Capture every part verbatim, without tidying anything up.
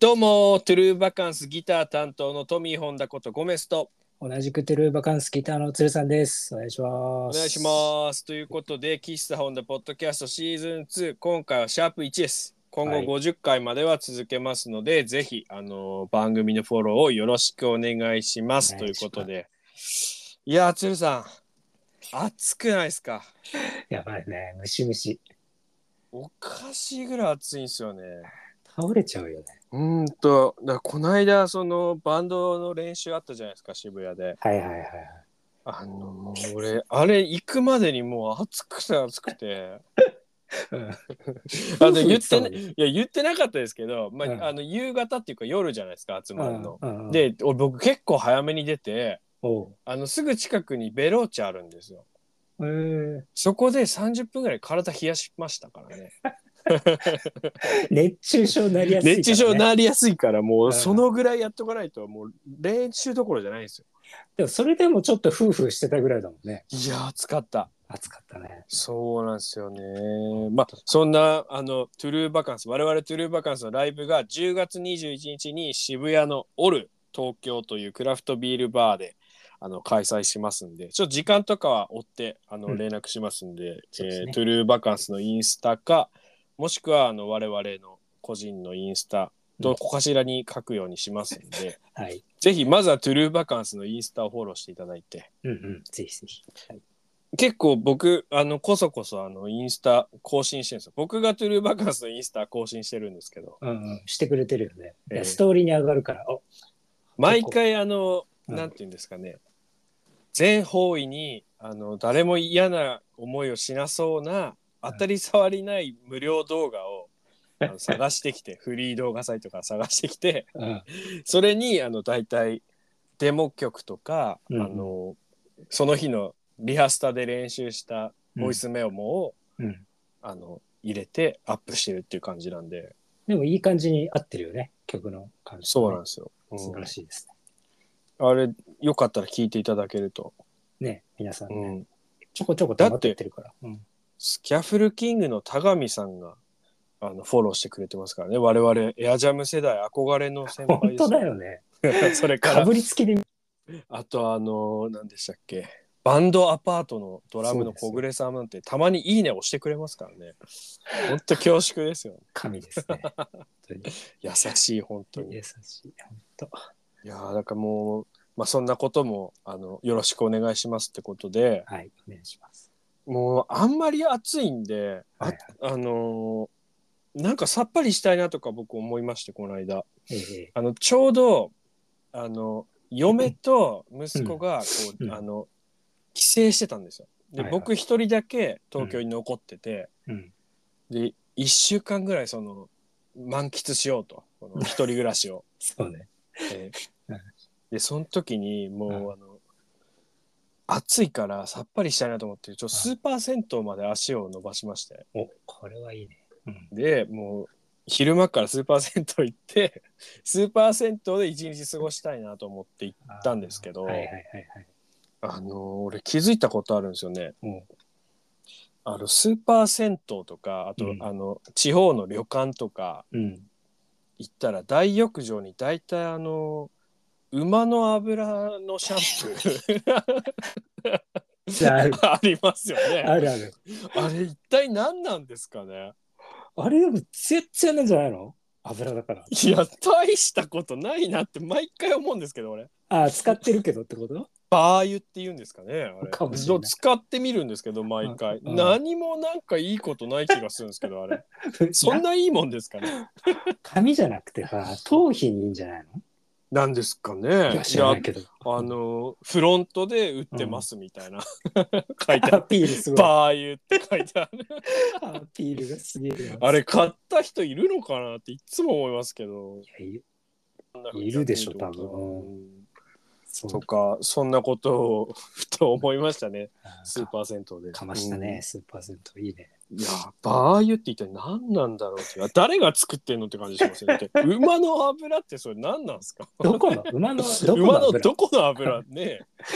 どうもトゥルーバカンスギター担当のトミー・ホンダことゴメスと同じくトゥルーバカンスギターの鶴さんです。お願いしまお願いしす。 ますということで喫茶ホンダポッドキャストシーズンツー、今回はシャープいちです。今後はい。 ごじゅっかいまでは続けますので、ぜひあの番組のフォローをよろしくお願いしますというお願いします。 ことで、いやー鶴さん暑くないですか？ やばいね。ムシムシ。 おかしいぐらい暑いんですよね。 倒れちゃうよね。 うーんとだからこの間そのバンドの練習あったじゃないですか、渋谷で。 はいはいはいはい。 あのもう俺あれ行くまでにもう暑くて暑くてうん。 あの夫婦言言ってね、 ってたもんね。 いや言ってなかったですけど、まあ、あうん。 の夕方っていうか夜じゃないですか、集うんまるの。 うんうん。 で俺僕結構早めに出て、 おう。 あのすぐ近くにベローチェあるんですよ。 えー、 そこでさんじゅっぷんぐらい体冷やしましたからね。 熱中症になりやす熱中症にいからね。 なりやすいからもうそうん。 のぐらいやっとかないともう練習どころじゃないんですよ。 でもそれでもちょっと夫婦してたぐらいだもんね。 いや暑かった。 暑かったね。 そうなんですよね。まあそんなあのトゥルーバカンス、我々トゥルーバカンスのライブがじゅうがつにじゅういちにちに渋谷のオル東京というクラフトビールバーであの開催しますんで、ちょっと時間とかは追ってあうん。 の連絡しますんで、えー、 そうですね。 トゥルーバカンスのインスタかもしくはあの我々の個人のインスタうん。 どこかしらに書くようにしますんで、 はい。 ぜひまずはトゥルーバカンスのインスタをフォローしていただいて。 うんうん。ぜひぜひ。はい。 結構僕あのこそこそあのインスタ更新してるんですよ。僕がトゥルーバカンスのインスタ更新してるんですけど、 うんうん。してくれてるよね。いや、スえートーリーに上がるから。お、結構。 毎回あのうん。 なんていうんですかね、全方位にあの誰も嫌な思いをしなそうな当たり障りない無料動画をあの探してきてフリー動画サイトから探してきて、 うん。 それにあの大体デモ曲とかうんうん。 あのその日のリハスタで練習したボイうん。 スメモをうん。 あの入れてアップしてるっていう感じなんで。 でもいい感じに合ってるよね。曲の感じとね。 そうなんですよ、 素晴うん、 らしいですあれよかったら聞いていただけると、 ね。ね、皆さんね。 うん、 ちょこちょこ溜まってっだっててるから。うん。 スキャフルキングの田上さんがあのフォローしてくれてますからね。我々エアジャム世代憧れの先本当輩ですよ。 だよね。 それかからぶりつきで。 あとあの何でしたっけ、バンドアパートのドラムのそうですよ。 小暮さんなんてたまにいいね押してくれますからね。ほんと恐縮ですよ。 神ですね。本当に。 優しい本当に。 優しい。本当。 いやーだからもう、まあ、そんなこともあのよろしくお願いしますってことで、 はい。お願いします。 もうあんまり暑いんで、あ、 はいはい。 あのーなんかさっぱりしたいなとか僕思いまして、この間ええ。 あのちょうどあの嫁と息子うん。 がこうん。 うあの帰省してたんですよ。ではいはい。 僕一人だけうん。 東京に残ってて、 うん。 でいっしゅうかんぐらいその満喫しようと、この一人暮らしを、 そうね。 えーうん。 でその時にうん。 もうあの暑いからさっぱりしたいなと思ってちょっとうん。 スーパー銭湯まで足を伸ばしまして、 お、これはいいね。うん。 でもう昼間からスーパー銭湯行ってスーパー銭湯で一日過ごしたいなと思って行ったんですけああ、はいはいど、 はいはい。 あのー俺気づいたことあるんですよね。 うん。 あのスーパー銭湯とかあうん。 とあの地方の旅館とかうん。 行ったら大浴場に大体あの馬の油のシャンプーある。 ありますよね。 あるある。 あれ一体何なんですかね。 あれでもツヤッツヤなんじゃないの？油だから。 いや大したことないなって毎回思うんですけど、俺ああ、使ってるけどってこと？ バー油って言うんですかね、あれかもしれない。 使ってみるんですけど毎うん回うん。 何もなんかいいことない気がするんですけど、あれそんな、 ないいもんですかね。 紙じゃなくてさ、頭皮にいいんじゃないの？ なんですかいや、 ね。いや、 知らないけど。 あうん。 のフロントで売っうん、 てますみたいな書いてあアって、 ピールすごい。 バー油って書いてある。 アピールがすげえな。 あれ買った人いるのかなっていつも思いますけど、 いや、いこんな風にやっいるでしょ、 てみるとか、 多分。うん、 うん、 そう。 とかそんなことをふと思いましたね。スーか、 パー銭湯で。 かましたね、 うん、 スーパー銭湯。いいね。 いやバー油って一体何なんだろうっていう、誰が作ってんのって感じしますよね。馬の油ってそれ何なんですか？ どこの馬の、どこの馬の油？ どこの油ね。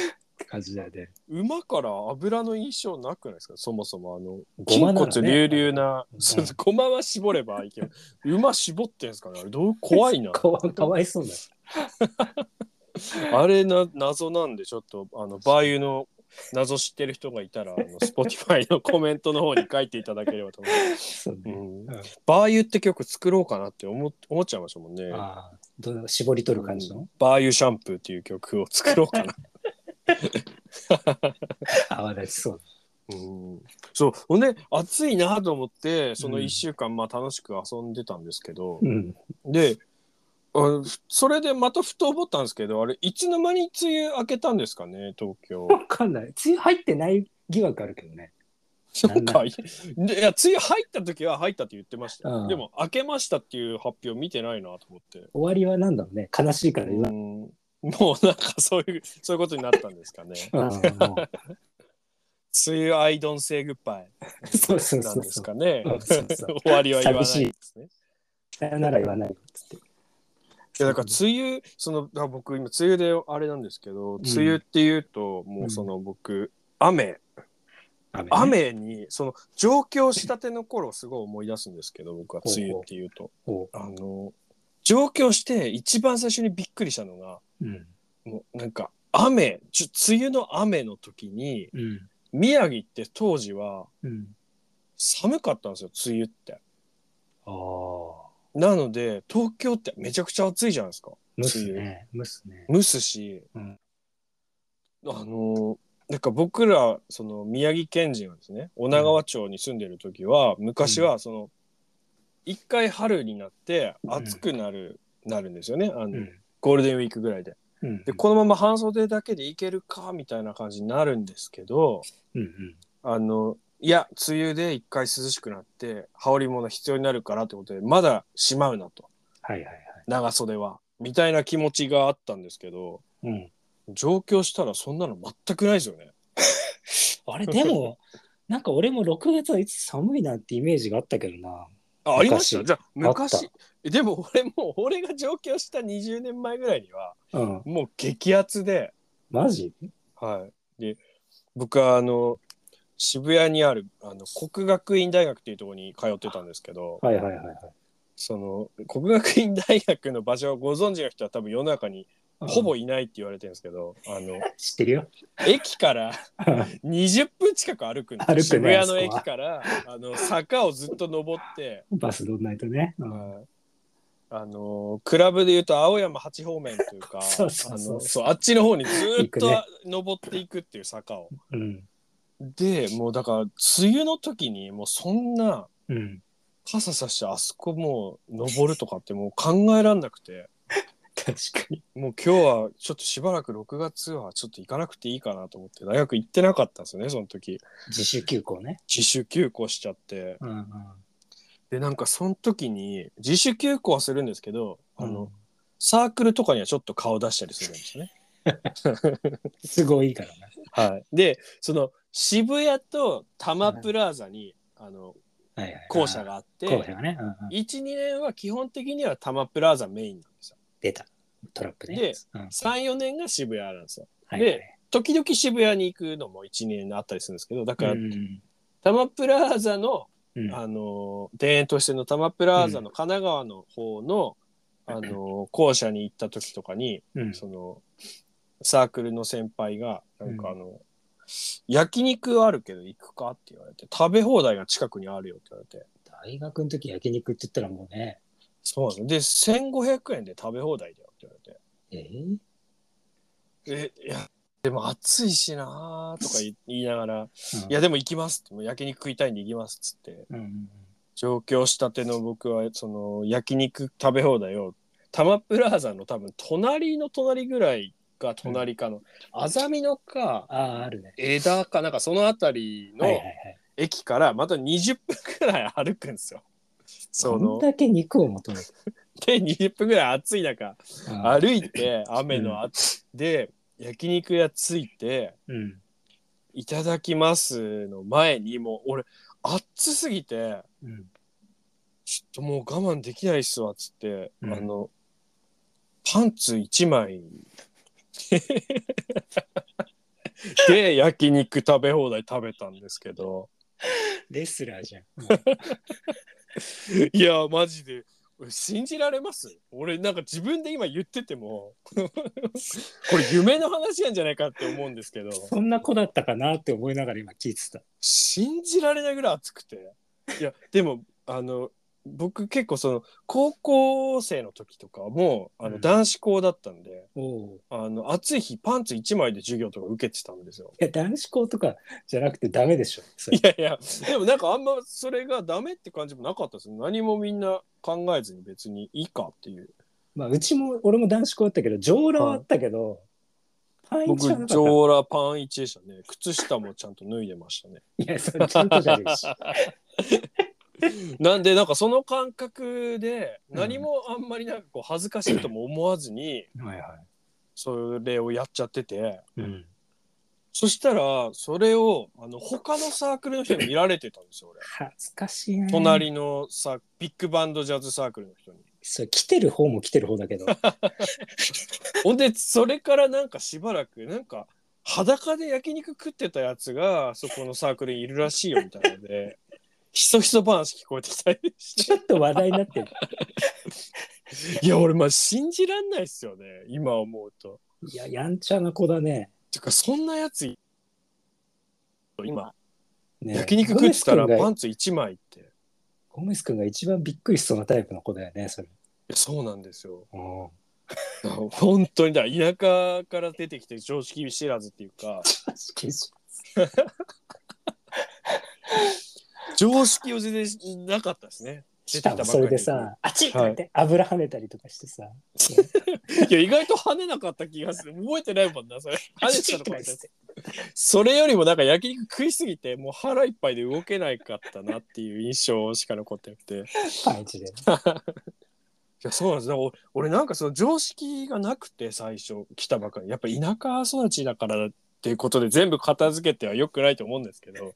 感じだよね。 馬から油の印象なくないですか？そもそもあのご筋まならね骨隆々な、 うんそうそうごまは絞ればいいけど、馬絞ってんすかねあれ。どう怖いな。 かわかわいそうだよ。 あれな謎なんで、ちょっとあのバーユの謎知ってる人がいたら、あの Spotify のコメントの方に書いていただければと思う。 そうね。 うん、 うん、 バーユって曲作ろうかなって思思っちゃいましたもんね。 ああ、どう絞り取る感じの、 うん、バーユシャンプーっていう曲を作ろうかな。 泡立ちそううん、そうほんで暑いなと思ってそのうんいっしゅうかんまあ楽しく遊んでたんですけど、 な。うん。 であそれでまたふと思ったんですけど、あれいつの間に梅雨明けたんですかね東京。 わかんない。梅雨入ってない疑惑あるけどね。 なんかなんいでいや梅雨入った時は入ったって言ってましたよ。 うんでも明けましたっていう発表見てないなと思って。 終わりはなんだろうね。悲しいから言わうん、もうなんかそういうそういうことになったんですかね。 うんもう梅雨アイドンセイグッバイそうそうなんでそうそう。 すかね。 うんそうそう終わりは言わないですね。 さよなら言わないっつって。 いやだから梅雨そのだから僕今梅雨であれなんですけど、 ん梅雨っていうともうその僕、雨雨ね。 雨にその上京したての頃すごい思い出すんですけど、僕はほうほう梅雨っていうとほあの上京して一番最初にびっくりしたのがう。うん。 もうなんか雨ちょ梅雨の雨の時にうん。 宮城って当時はうん。 寒かったんですよ梅雨って。 ああ。 なので東京ってめちゃくちゃ暑いじゃないですか蒸す梅雨。 ね。蒸すね。 蒸すし、 うんあのなんか僕らその宮城県人はですね女川町に住んでる時は、昔はその一回春になって暑くなる、なるんですよねあの、 うん。 ゴールデンウィークぐらいで。 うん。 でこのまま半袖だけでいけるかみたいな感じになるんですけど、 うんうんあのいや梅雨で一回涼しくなって羽織物必要になるからってことでまだしまうなとはいはいはい。 長袖はみたいな気持ちがあったんですけど、 うん。 上京したらそんなの全くないですよね。 あれでもなんか俺もろくがつはいつ寒いなってイメージがあったけどな。 あ、ありました。 昔じゃああっ昔でも俺も俺が上京したにじゅうねんまえぐらいにはうん。 もう激アツで、 マジ？ はいで僕はあの渋谷にあるあの国学院大学っていうところに通ってたんですけど、 はいはいはいはい。 その国学院大学の場所をご存知の人は多分世の中にほぼうんいないって言われてるんですけど、あの知ってるよ。 駅からにじゅっぷん近く歩くんですよ。 歩くね渋谷のあそこは駅からあの坂をずっと登って、 バス乗んないとね。うんはいあのクラブでいうと青山八方面というかそうそうそうあのそうあっちの方にずっと行くね登っていくっていう坂を。 うん。 でもうだから梅雨の時にもうそんなうん。 傘さしてあそこもう登るとかってもう考えらんなくて、 確かに。 もう今日はちょっとしばらくろくがつはちょっと行かなくていいかなと思って大学行ってなかったんですよねその時。 自主休校ね。 自主休校しちゃって、 うんうん。 でなんかその時に自主休校はするんですけど、あのうんサークルとかにはちょっと顔出したりするんですね。 すごいいいからな。 はい、でその渋谷と多摩プラザに、あのはいはい。 校舎があって校舎がね。うんうん、 いちにねんは基本的には多摩プラザメインなんですよ。 出た。トラップね。 で、 うんさん、よねんが渋谷なんですよ。 はいはい、 で時々渋谷に行くのもいちねんあったりするんですけど、だから、 うん多摩プラザの、 うん、 あの田園都市線の多摩プラザの神奈川の方の、あの校舎に行った時とかに、 うん、 そのサークルの先輩がなんかあの、うん、焼肉あるけど行くかって言われて、食べ放題が近くにあるよって言われて、 大学の時焼肉って言ったらもうね、 そうなんです。でせんごひゃくえんで食べ放題だよって言われて、 えー、 えいやでも暑いしなとか言いながら、うん、いやでも行きますって、もう焼肉食いたいんで行きますっつって、うん、上京したての僕はその焼肉食べ放題を多摩プラザの多分隣の隣ぐらいか隣かの、あざみ野かああるね枝かなんかそのあたりの駅からまたにじゅっぷんくらい歩くんですよ。 そのだけ肉を求めてでにじゅっぷんぐらい暑い中歩いて雨のあ、うん、で焼肉屋着いて、うん、いただきますの前にもう俺暑すぎて、うん、ちょっともう我慢できないっすわっつって、うん、あのパンツいちまいで焼肉食べ放題食べたんですけどレスラーじゃん。 いやマジで信じられます？俺なんか自分で今言っててもこれ夢の話なんじゃないかって思うんですけど、 そんな子だったかなって思いながら今聞いてた。 信じられないぐらい暑くて、いやでもあの僕結構その高校生の時とかもあのうん男子校だったんで、 おうあの暑い日パンツいちまいで授業とか受けてたんですよ。 いや男子校とかじゃなくてダメでしょ。それいやいやでもなんかあんまそれがダメって感じもなかったです。何もみんな考えずに別にいいかっていう。 まあうちも俺も男子校だったけど上裸はあったけど、パンイ僕チはなかった。 上裸パンいちでしたね。靴下もちゃんと脱いでましたね。 いやそれちゃんとじゃねえし。 なんでなんかその感覚で何もあんまりなんかこう恥ずかしいとも思わずにはいはそれをやっちゃってて、 い。うん。 そしたらそれをあの他のサークルの人に見られてたんですよ俺。 恥ずかしいね。 隣のさビッグバンドジャズサークルの人に。 それ来てる方も来てる方だけど。 ほんでそれからなんかしばらくなんか裸で焼肉食ってたやつがそこのサークルにいるらしいよみたいなのでひそひそ話聞こえてきたりしてちょっと話題になってる。 いや俺まあ信じらんないっすよね今思うと。 いややんちゃな子だね。 てかそんなやつ今、 ね焼肉食ってたらゴメス君がパンツいちまいっていゴメス君が一番びっくりしそうなタイプの子だよねそれ。 やそうなんですよ。 うん本当にだ田舎から出てきて常識知らずっていうか常識を全然なかったですね。 しかもそれでさ、あっちってって油跳ねたりとかしてさ、 いや意外と跳ねなかった気がする。覚えてないもんなそれ。跳ねたのかもしれない。それよりもなんか焼肉食いすぎてもう腹いっぱいで動けないかったなっていう印象しか残ってなくて。 パンチで。 いやそうなんです。だから俺なんかその常識がなくて最初来たばかり。やっぱ田舎育ちだからっていうことで全部片付けてはよくないと思うんですけど。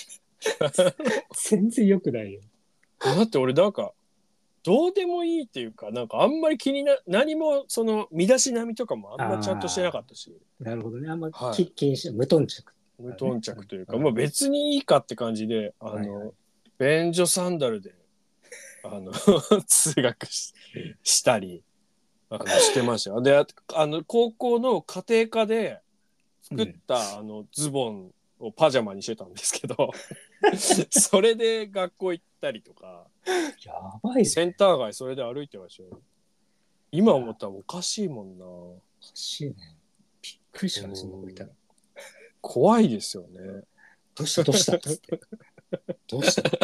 全然良くないよ。 だって俺なんかどうでもいいっていうかなんかあんまり気にな何もその身だしなみとかもあんまちゃんとしてなかったし。 なるほどね。あんまはいき気にしない無頓着。 無頓着というか、 うんまあ別にいいかって感じであの、 はいはい便所サンダルであの通学 し, したりあのしてましたよ。でああの高校の家庭科で作った、うん、あのズボンをパジャマにしてたんですけどそれで学校行ったりとかやばいね。 センター街それで歩いてましたよ。今思ったらおかしいもんな。おかしいね。びっくりしたねそんな子いたら。 怖いですよね。 どうしたどうしたっつってどう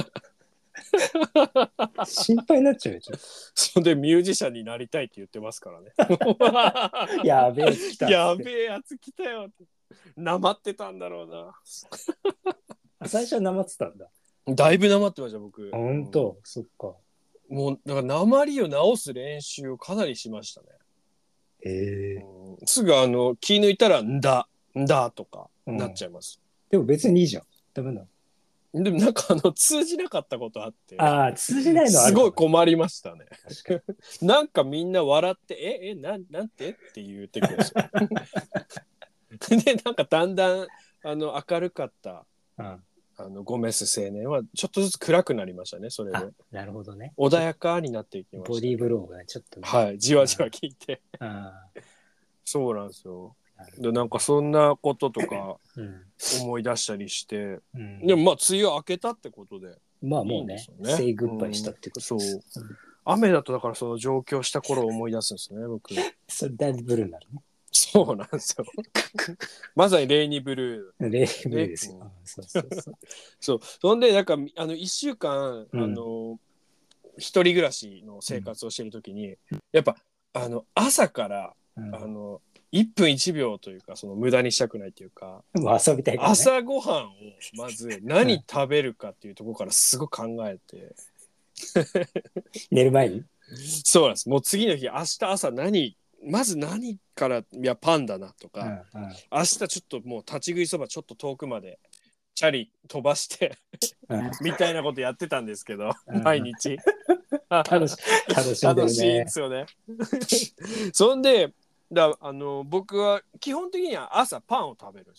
した心配になっちゃうよ。 そんでミュージシャンになりたいって言ってますからね。 やべえやつ来た。 やべえやつ来たよって。なまってたんだろうな。 最初はなまってたんだ。 だいぶなまってました僕。 本当、うん、そっか。 もうだからなまりを直す練習をかなりしましたね。 へえ、 うん。すぐあの気抜いたらんだんだとかなっちゃいます。 うん、でも別にいいじゃん。ダメなの。 でもなんかあの通じなかったことあって。 ああ通じないのある、 すごい困りましたね。 確かになんかみんな笑ってええなんなんてって言ってくるんですよ。でなんかだんだんあの明るかった、うん、あのゴメス青年はちょっとずつ暗くなりましたね。それでなるほどね。 穏やかになっていきました、ね、 ボディーブローがちょっと、ね、 はいじわじわ効いてあそうなんですよ。でなんかそんなこととか思い出したりして、うん、でもまあ梅雨明けたってことでまあもうねセイグッバイしたってことです、 うん、そう、うん、雨だとだからその上京した頃を思い出すんですね僕。 それだいぶブルーになるね。 そうなんですよまさにレイニーブルーレイニーブルーですよ、ね、そうそうそうそうそんでなんかあのいっしゅうかん、うん、あの一人暮らしの生活をしてる時に、うん、やっぱあの朝から、うん、あのいっぷんいちびょうというかその無駄にしたくないというかもう遊びたいから、ね、 朝ごはんをまず何食べるかっていうところからすごく考えて寝る前にそうなんです。もう次の日明日朝何まず何からいやパンだなとか、うんうん、明日ちょっともう立ち食いそばちょっと遠くまでチャリ飛ばしてみたいなことやってたんですけど、うん、毎日楽し楽しんでるね。 楽しいですよねそんでだあの僕は基本的には朝パンを食べるんですよね。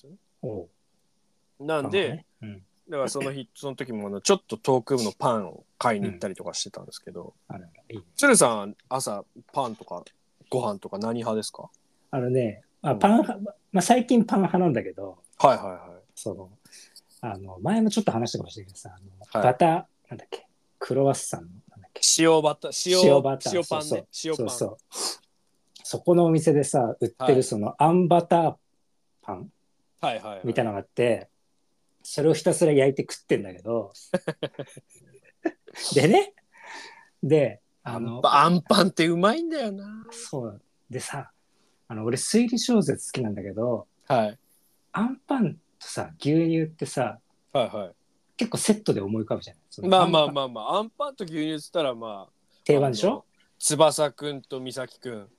おうなんで、 ねうん、 だからその日その時もあのちょっと遠くのパンを買いに行ったりとかしてたんですけど、 あららいいね鶴さん朝パンとかご飯とか何派ですか？ あのね、まあ、 うんパン派、まあ、最近パン派なんだけど、 はいはいはい。 その、あの、前もちょっと話したかもしれないけどさ、あのはい、 バター、なんだっけ、クロワッサンの、なんだっけ、 塩バタ塩塩バター、 塩パンねそうそう、 塩パン。 そうそう。そこのお店でさ、売ってはいるそのあんバターパンはいはいはい。 みたいなのがあって、それをひたすら焼いて食ってんだけど、でね、で、あの、 アンパアンパンってうまいんだよな。 そう、でさ、あの、俺推理小説好きなんだけど、 はいあんパンとさ、牛乳ってさ、 はいは結構セットで思い浮かぶじゃないそい。まあのあんパン、 まあまあまあアンパンと牛乳っつったらまあ定番でしょ。 あの翼くんと美咲くん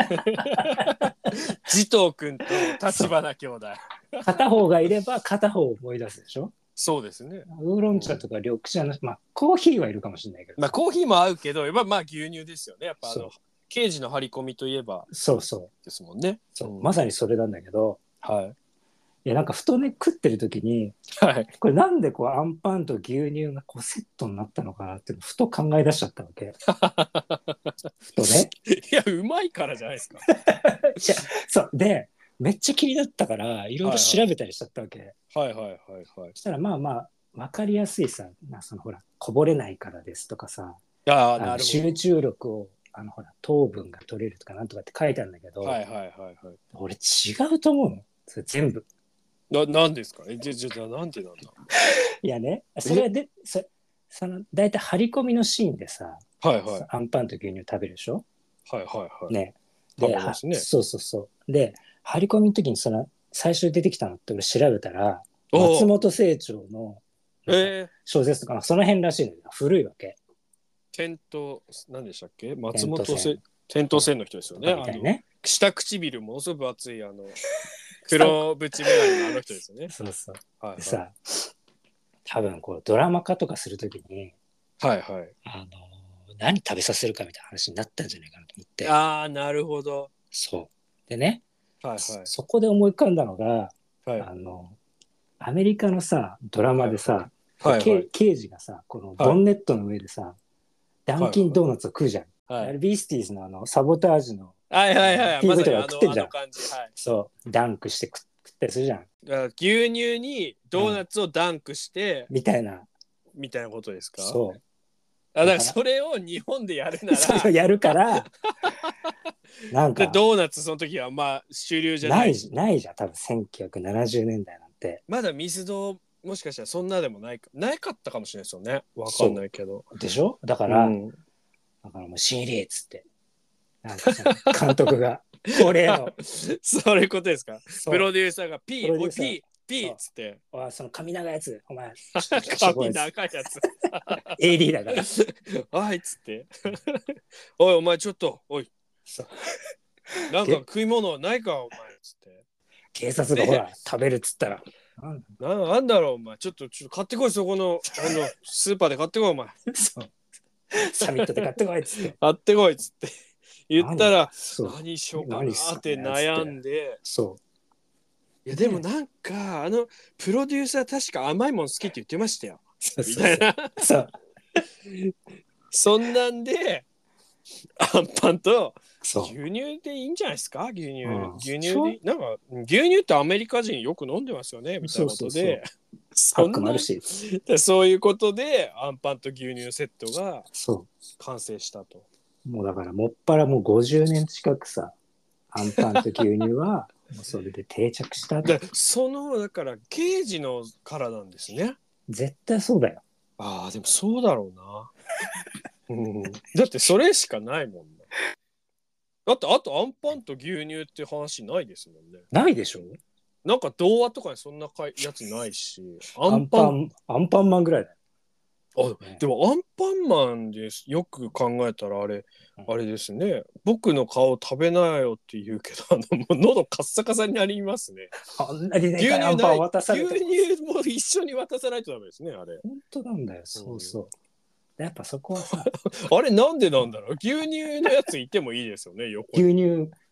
慈瞳くんと立そう。 花兄弟。 片方がいれば片方を思い出すでしょ。 そうですね。 ウーロン茶とか緑茶の、まあ、コーヒーはいるかもしれないけどさ。 まあコーヒーも合うけどやっぱまあ牛乳ですよね。やっぱあそう。 の刑事の張り込みといえばそうそう。 ですもんね。 そう。 うん、 まさにそれなんだけど、 はいいや、なんかふとね、食ってる時に、 はい。 これなんでこう、アンパンと牛乳がこうセットになったのかなっていうのをふと考え出しちゃったわけ。ふとね。 いやうまいからじゃないですか。 いやそう。で、めっちゃ気になったから、いろいろ調べたりしちゃったわけ。 はいはいはいはい。 そしたら、まあまあ、わかりやすいさ、まあ、そのほら、こぼれないからですとかさ、 あああのなるほど。 集中力を、あのほら、糖分が取れるとかなんとかって書いてあるんだけど、 はいはいはいはい。 俺違うと思うの。それ全部。 ななんですか？えじゃじゃじゃなんでなんだ。 いやね、それはで、そその、大体張り込みのシーンでさ、 はいはいアンパンと牛乳食べるでしょ。 はいはいはい。 ね。 食で、は、 べますね。 そうそうそう。で、張り込みの時にその、最初に出てきたのって俺調べたら、松おお。 本清張の、なんか、 えー、 小説とか、その辺らしいのよ。古いわけ。 点と何でしたっけ？松点と本せ線点と線の人ですよとかね。あのみたいね。 下唇ものすごく厚いあのさ黒縁眼鏡のあの人ですよね。 そうそう。 はいでさ、多分こうドラマ化とかするときに、 はいはいはい。 あの、何食べさせるかみたいな話になったんじゃないかなと思って。 ああなるほど。 そう。でね、 はいはいそこで思い浮かんだのが、 はいあの、アメリカのさ、ドラマでさ、 はいはい刑刑事がさ、このはいボンネットの上でさ、ダンはいキンドーナツを食うじゃん。 はいはいあれビースティーズのあのサボタージュのはいはいはい。まピーブイ とかさにあ食ってんじゃん。 のあの感じ。はい。 そう、ダンクして食食ったりするじゃん。 だから牛乳にドーナツをダンクして、 みたいな。 みたいなことですか？ そう。 あだからだから、 それを日本でやるなそれをらやるから、なんでか、 ドーナツその時はまあ主流じゃない、 ないし、 ないじゃん。多分せんきゅうひゃくななじゅうねんだいなんて。 まだミスドもしかしたらそんなでもないかなかったかもしれないですよね。わかんそないけど。 う。でしょだから、 うん、 だからもう シーディー っつって、なんかその監督が、これを、 そういうことですか？ そう、 プロデューサーがプ P おいロデューサー、 P P そう、 っつっておいその髪長いやつ、お前、ちょっとしてこい髪っつって長いやつエーディー だから。 はいっつっておいお前ちょっとおいそう。 なんかけ食い物ないかお前っつって警察がほら、食べるっつったら、なんななんだろうお前ちょっとちょっと買ってこいそこのあのスーパーで買ってこいお前そう。サミットで買ってこいっつって。 買ってこいっつって言った何らそう。 何しようかな何すってかねっつって悩んでそいやう。 でもなんかあのプロデューサー確か甘いもん好きって言ってましたよそうそうそう。 みたいなそうそんなんでアンパンとそう。 牛乳でいいんじゃないですか牛乳、 うん、 牛乳でなんか牛乳ってアメリカ人よく飲んでますよねみたいなことでパッそんなクもあるし。 そういうことでアンパンと牛乳セットがそ完成したと。 う。もうだからもっぱらもうごじゅうねん近くさ、アンパンと牛乳はもうそれで定着したと。 だそのだから刑事のからなんですね。 絶対そうだよ。 ああでもそうだろうな、うん、だってそれしかないもんね。だってあとアンパンと牛乳って話ないですもんね。 ないでしょ。 なんか童話とかにそんなかいやつないしアアンパンンパン、アンパンマンぐらいだよ。 あね、 でもアンパンマンですよく考えたらあれ、うん、あれですね僕の顔食べなよって言うけどあのもう喉カッサカサになりますね。 あんなにね、 牛乳アンパン渡されて牛乳も一緒に渡さないとダメですねあれ。 本当なんだよ。そうそう。うん、やっぱそこはさあれなんでなんだろう牛乳のやついてもいいですよね横に。牛乳、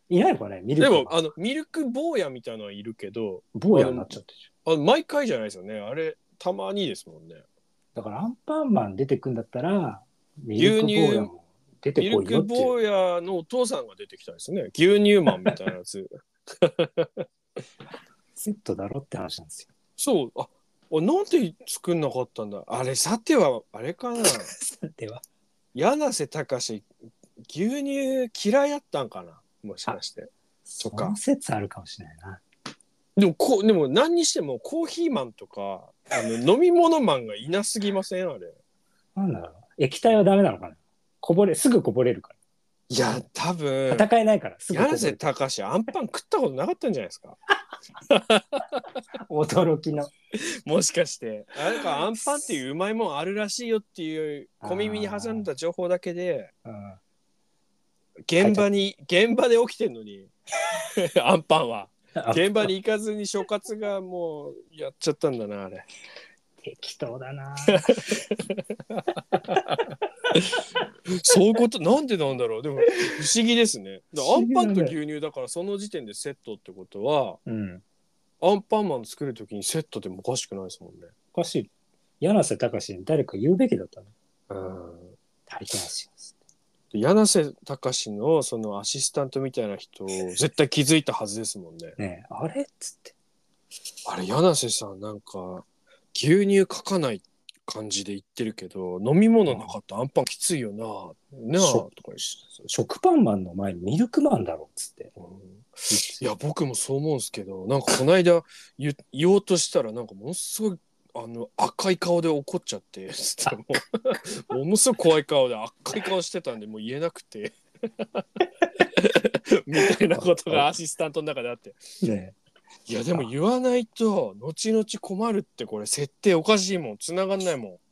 いないのかねミルでクもあのミルク坊やみたいなのはいるけど、 坊やになっちゃってるじあの毎回じゃないですよね。あれたまにですもんね。 ゃん。だからアンパンマン出てくんだったら、ミルク牛乳坊やも出てミルこいよっていう。 ク坊やのお父さんが出てきたんですね。牛乳マンみたいなやつ。 セットだろって話なんですよ。 そうああなんで作んなかったんだ。あれさてはあれかな。 では、 柳瀬隆牛乳嫌いやったんかなもしかして。 その説あるかもしれないな。 でもこでも何にしてもコーヒーマンとかあの飲み物マンがいなすぎませんあれ。 なんだろう。液体はダメなのかな。こぼれ、すぐこぼれるから。 いや多分戦えないから、すぐこぼれ柳瀬る。 隆アンパン食ったことなかったんじゃないですか。 驚きの。 もしかしてあれかアンパンっていううまいもんあるらしいよっていう小耳に挟んだ情報だけでうん現場に現場で起きてんのにアンパンは現場に行かずに所轄がもうやっちゃったんだなあれ。 適当だな。 そういうことなんでなんだろう。でも不思議ですね。だからアンパンと不思議だね牛乳だからその時点でセットってことはうん。 アンパンマン作る時にセットでもおかしくないですもんね。 おかしい。柳瀬隆に誰か言うべきだったね。 うん足りてますよ。 で柳瀬隆のそのアシスタントみたいな人絶対気づいたはずですもんね。 ねえ、あれっつって。 あれ柳瀬さんなんか牛乳かかない感じで言ってるけど飲み物なかったらアンパンきついよなねあ食とか言って食パンマンの前にミルクマンだろっつって。 うんいや僕もそう思うんですけどなんかこの間言言おうとしたらなんかものすごいあの赤い顔で怒っちゃってつってもうものすごい怖い顔で赤い顔してたんでもう言えなくてみたいなことがアシスタントの中であってねいやでも言わないと後々困るってこれ設定おかしいもん繋がんないもん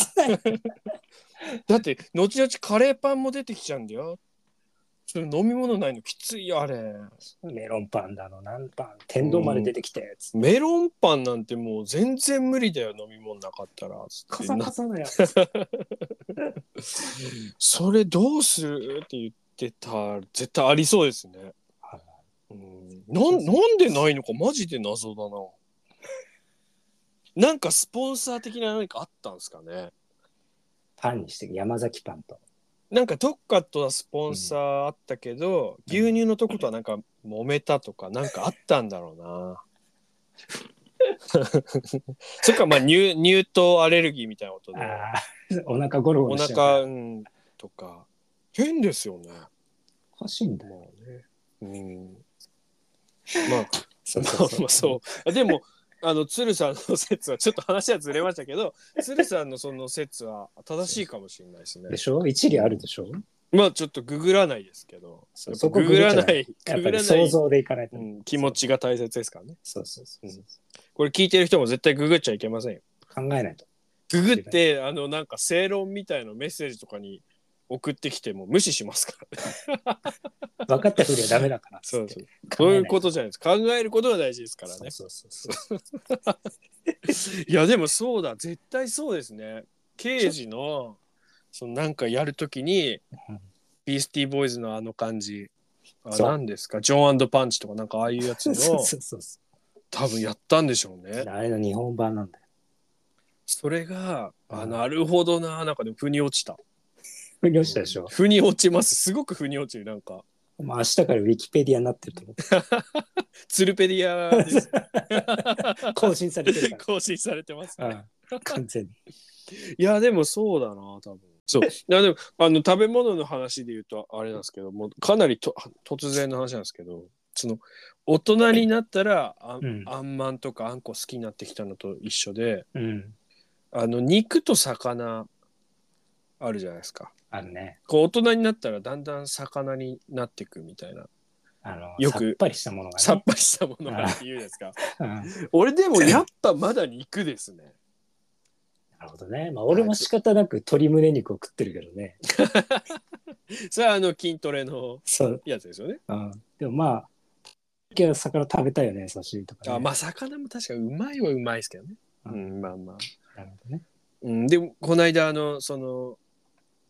だって後々カレーパンも出てきちゃうんだよ。それ飲み物ないのきついよあれ。 え、メロンパンだの、なんパン、天丼まで出てきて、つって。 メロンパンなんてもう全然無理だよ飲み物なかったらつってカサカサだよ。 それどうするって言ってた絶対ありそうですね。うんなんなんでないのかマジで謎だな。なんかスポンサー的な何かあったんですかね。 パンにして山崎パンと。 なんかどっかとはスポンサーあったけど、うん、牛乳のとことはなんか揉めたとかなんかあったんだろうな。そっかまあ乳乳糖アレルギーみたいなことであお腹ゴロゴロしちゃうお腹、うん、とか変ですよね。 おかしいんだよ、 まあね、うんまあそうそうそうまあまあそうでもあの鶴さんの説はちょっと話はずれましたけど鶴さんのその説は正しいかもしれないですね。 でしょ一理あるでしょ。 まあちょっとググらないですけどそそこググらないやっぱり想像でいかないと、 うん、気持ちが大切ですからね。 そうそうそうそう、うん、 これ聞いてる人も絶対ググっちゃいけませんよ。 考えないと。 ググってあのなんか正論みたいなメッセージとかに送ってきても無視しますからね。 分かったふりはダメだからそうそうそういうことじゃないです。考えることが大事ですからね。 そうそうそうそういやでもそうだ絶対そうですね。刑事のそのなんかやるときに、うん、ビースティーボーイズのあの感じあ何ですかジョン&パンチとかなんかああいうやつのそうそうそうそう多分やったんでしょうね。 あれの日本版なんだよ。 それが、うん、あなるほどななんかでも腑に落ちた。 腑に落ちたでしょ。 腑に落ちますすごく腑に落ちるなんか。 まあ明日からウィキペディアになってると思う。 ツルペディアです。 更新されてるから。 更新されてます、ね、 うん、完全に。 いやでもそうだな多分。そういやでもあの食べ物の話で言うとあれなんですけどもかなりと突然の話なんですけどその大人になったらあ、うん、あんまんとかあんこ好きになってきたのと一緒で、うん、あの肉と魚あるじゃないですか。 あるね。 こう大人になったらだんだん魚になっていくみたいな。 あのよくさっぱりしたものが、ね、 さっぱりしたものがって言うですか。 うん、 俺でもやっぱまだ肉ですね。 なるほどね。まあ俺も仕方なく鶏胸肉を食ってるけどね。 それはあの筋トレのやつですよね。 うん、でもまあ今日魚食べたいよね刺身とか、ね。 あまあ魚も確かにうまいはうまいですけどね。うん、うん、まあまあ。 なるほどね。 うん、でもこの間あのその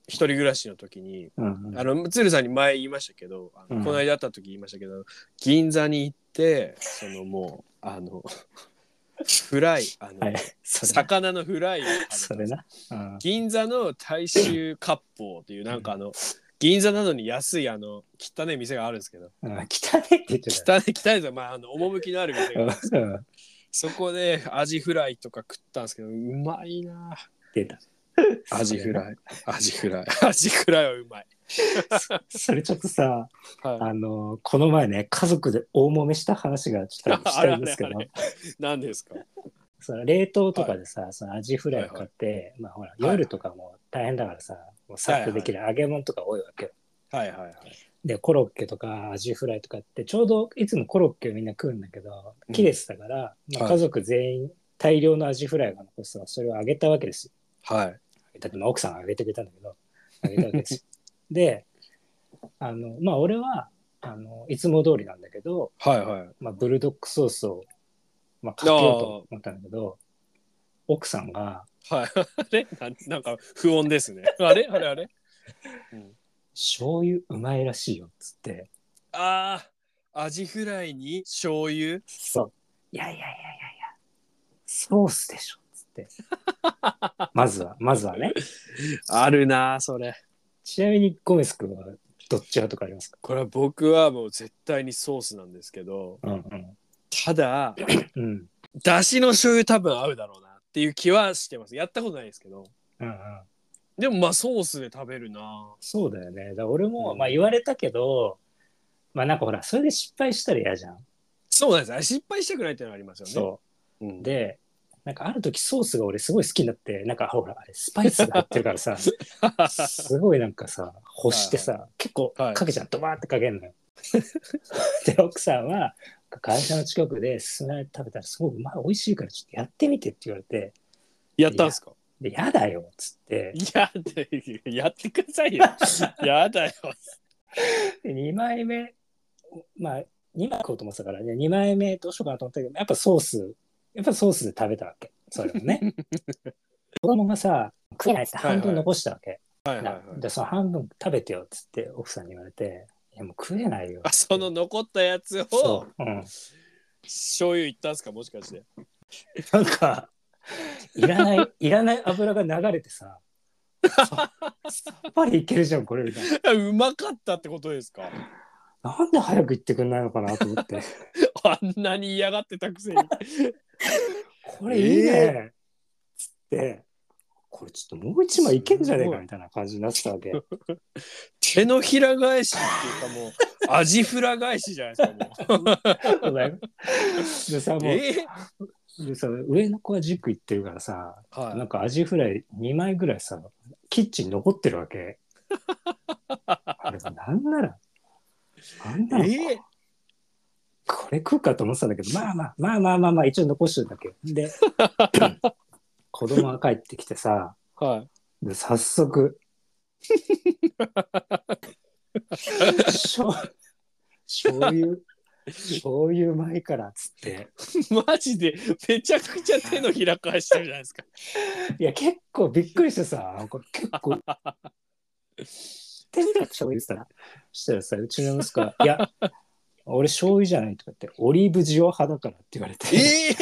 一人暮らしの時に、 うんうん、 あの鶴さんに前言いましたけど、あの、うん、この間会った時言いましたけど、銀座に行ってそのもうあのフライあの、はい、魚のフライをそれな、 うん、銀座の大衆割烹っていうなんかあの、うん、銀座などに安いあの汚い店があるんですけど、 うん、汚いって言ってた汚い汚いですよ、まああの趣のある店があるんですけど、うん、そこでアジフライとか食ったんですけど、うまいな。 出た。 アジフライ、アジフライ、アジフライはうまい。 そ, それちょっとさ、はい、あのこの前ね家族で大揉めした話がちょっとしたいんですけど、 何ですか？ その冷凍とかでさ、はい、そのアジフライを買って、はいはい、まあほら夜とかも大変だからさ、はい、もうさっとできる揚げ物とか多いわけよ。 はいはいはい。 でコロッケとかアジフライとかってちょうどいつもコロッケをみんな食うんだけど切れてたから、うんまあ、家族全員大量のアジフライが残すとそれを揚げたわけですよ。 はい。 だってまあ奥さんが揚げてくれたんだけど揚げたわけですよ。であのまあ俺はあのいつも通りなんだけど、 はいはいまあ、ブルドックソースを、まあ、かけようと思ったんだけど奥さんがはいあれ な, なんか不穏ですね。あれあれあれ、 うん、醤油うまいらしいよっつって。 ああアジフライに醤油。 そういやいやいやいやいやソースでしょっつってまずはまずはねあるなそれ。 ちなみにゴメス君はどっち派とかありますか？ これは僕はもう絶対にソースなんですけど、 うんうん、 ただ、 うん、 だしの醤油多分合うだろうなっていう気はしてます。やったことないですけど、 うんうん、 でもまあソースで食べるな。 そうだよね。だから俺も、うん、まあ言われたけどまあなんかほらそれで失敗したら嫌じゃん。 そうなんです。失敗したくないっていうのはありますよね。 そう、うん、でなんかある時ソースが俺すごい好きになってなんかほらあれスパイスが入ってるからさすごいなんかさ干してさ、はいはい、結構かけちゃう、はい、ドバーってかけるのよで奥さんは会社の近くで勧められて食べたらすごく、まあ、美味しいからちょっとやってみてって言われてやったんすか？ で や, やだよっつってややってくださいよやだよでにまいめまあにまい買おうと思ってたからねにまいめどうしようかなと思ったけどやっぱソースやっぱソースで食べたわけそれもね子供がさ食えないって半分残したわけ、はいはいはいはい、でその半分食べてよっつって奥さんに言われていやもう食えないよあその残ったやつを、うん、醤油いったんすかもしかしてなんかいらないいらない油が流れてささっぱりいけるじゃんこれみたいなうまかったってことですか？ なんで早く言ってくんないのかなと思ってあんなに嫌がってたくせにこれいいね、えー、つってこれちょっともう一枚いけんじゃねえかみたいな感じになってたわけ手のひら返しっていうかもうアジフラ返しじゃないですかもうでさもう、えー、でさ上の子は塾行ってるからさ、はい、なんかアジフライにまいぐらいさキッチンに残ってるわけあれなんならなんだろう、えー、これ食うかと思ってたんだけどまあまあまあまあまあまあ一応残してるんだけどで子供が帰ってきてさ、はい、で早速醤油醤油前からっつってマジでめちゃくちゃ手のひら返してるじゃないですかいや結構びっくりしてさこれ結構手にか醤油って言ったらしたらさうちの息子がいや俺醤油じゃないとかってオリーブ塩派だからって言われて、え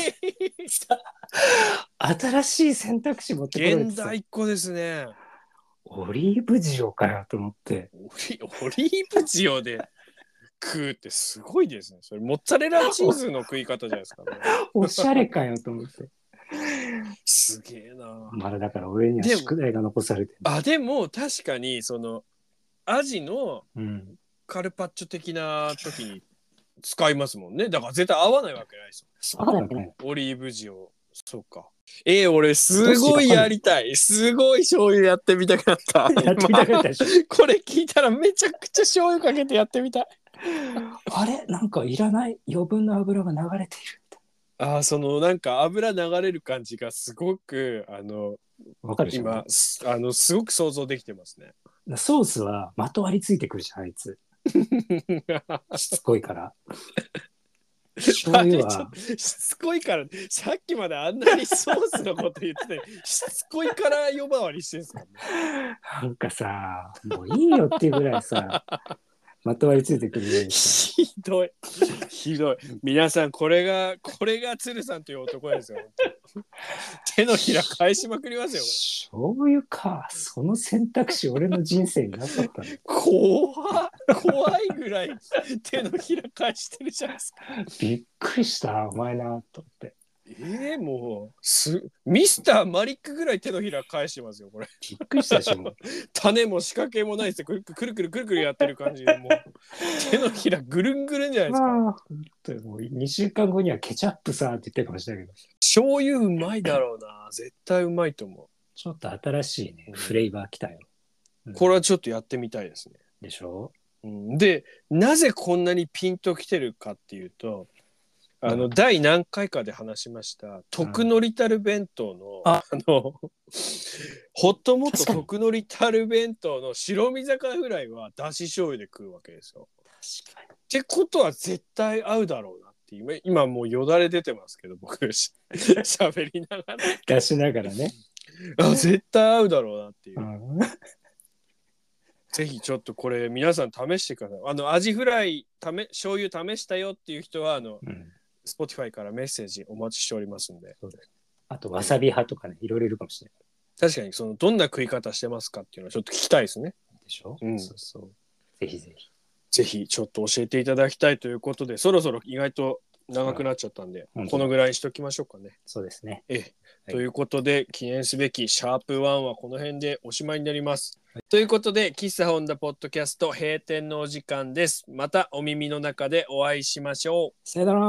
ー、新しい選択肢持ってこられて現代っ子ですね。 オリーブ塩かよと思ってオリ、オリーブ塩で食うってすごいですね。それモッツァレラチーズの食い方じゃないですか、ね、 おしゃれかよと思ってすげえな。 まだだから俺には宿題が残されてる。 あでも確かにそのアジのカルパッチョ的な時に使いますもんね。だから絶対合わないわけないですよ。 そうだね。 オリーブ塩。そうか。えー、俺すごいやりたい。すごい醤油やってみたくなった。 やってみたくなったでしょ。 これ聞いたらめちゃくちゃ醤油かけてやってみたい。 あれなんかいらない余分な油が流れているみたいな。あそのなんか油流れる感じがすごくあのわかるでしょ。 今あのすごく想像できてますね。 ソースはまとわりついてくるじゃんあいつ。しつこいから。 醤油はしつこいから、さっきまであんなにソースのこと言っててしつこいから呼ばわりしてるんですか、ね、 なんかさ、もういいよっていうぐらいさまとわりついてくるようにさ。 ひどいひどい。皆さんこれがこれが鶴さんという男ですよ。手のひら返しまくりますよ。 醤油か、その選択肢俺の人生になかったの。 怖っ怖いぐらい手のひら返してるじゃないですか。 びっくりしたお前なと思って。 えー、もうすミスターマリックぐらい手のひら返してますよこれ。 びっくりしたでしょ。もう種も仕掛けもないですよ。くるくるくるくるくるやってる感じで、もう手のひらぐるんぐるんじゃないですか。 まあ、本当にもうにしゅうかんごにはケチャップさって言ってるかもしれないけど、 醤油うまいだろうな。絶対うまいと思う。 ちょっと新しいね、フレーバーきたよ。 うん、これはちょっとやってみたいですね。 でしょ、 うん、で、なぜこんなにピンときてるかっていうと、あの、うん、第何回かで話しました特のりたる弁当の、うん、あのホットモット特のりたる弁当の白身魚フライはだし醤油で食うわけですよ。確かに。ってことは絶対合うだろうなっていう。今もうよだれ出てますけど僕しゃべりながら出しながらねあ絶対合うだろうなっていう、うん、ぜひちょっとこれ皆さん試してください。あのアジフライため醤油試したよっていう人はあの、うん、Spotify からメッセージお待ちしておりますんで。 そうです。あとわさび派とかね、いろいろいるかもしれない。 確かにそのどんな食い方してますかっていうのをちょっと聞きたいですね。 でしょ、 うん、 そうそう。ぜひぜひ。 ぜひちょっと教えていただきたいということで、そろそろ意外と長くなっちゃったんで、このぐらいにしときましょうかね。 そうですね。 ええ、はい、ということで記念すべきシャープワンはこの辺でおしまいになります。はい、ということで喫茶ホンダポッドキャスト閉店のお時間です。またお耳の中でお会いしましょう。 さよなら。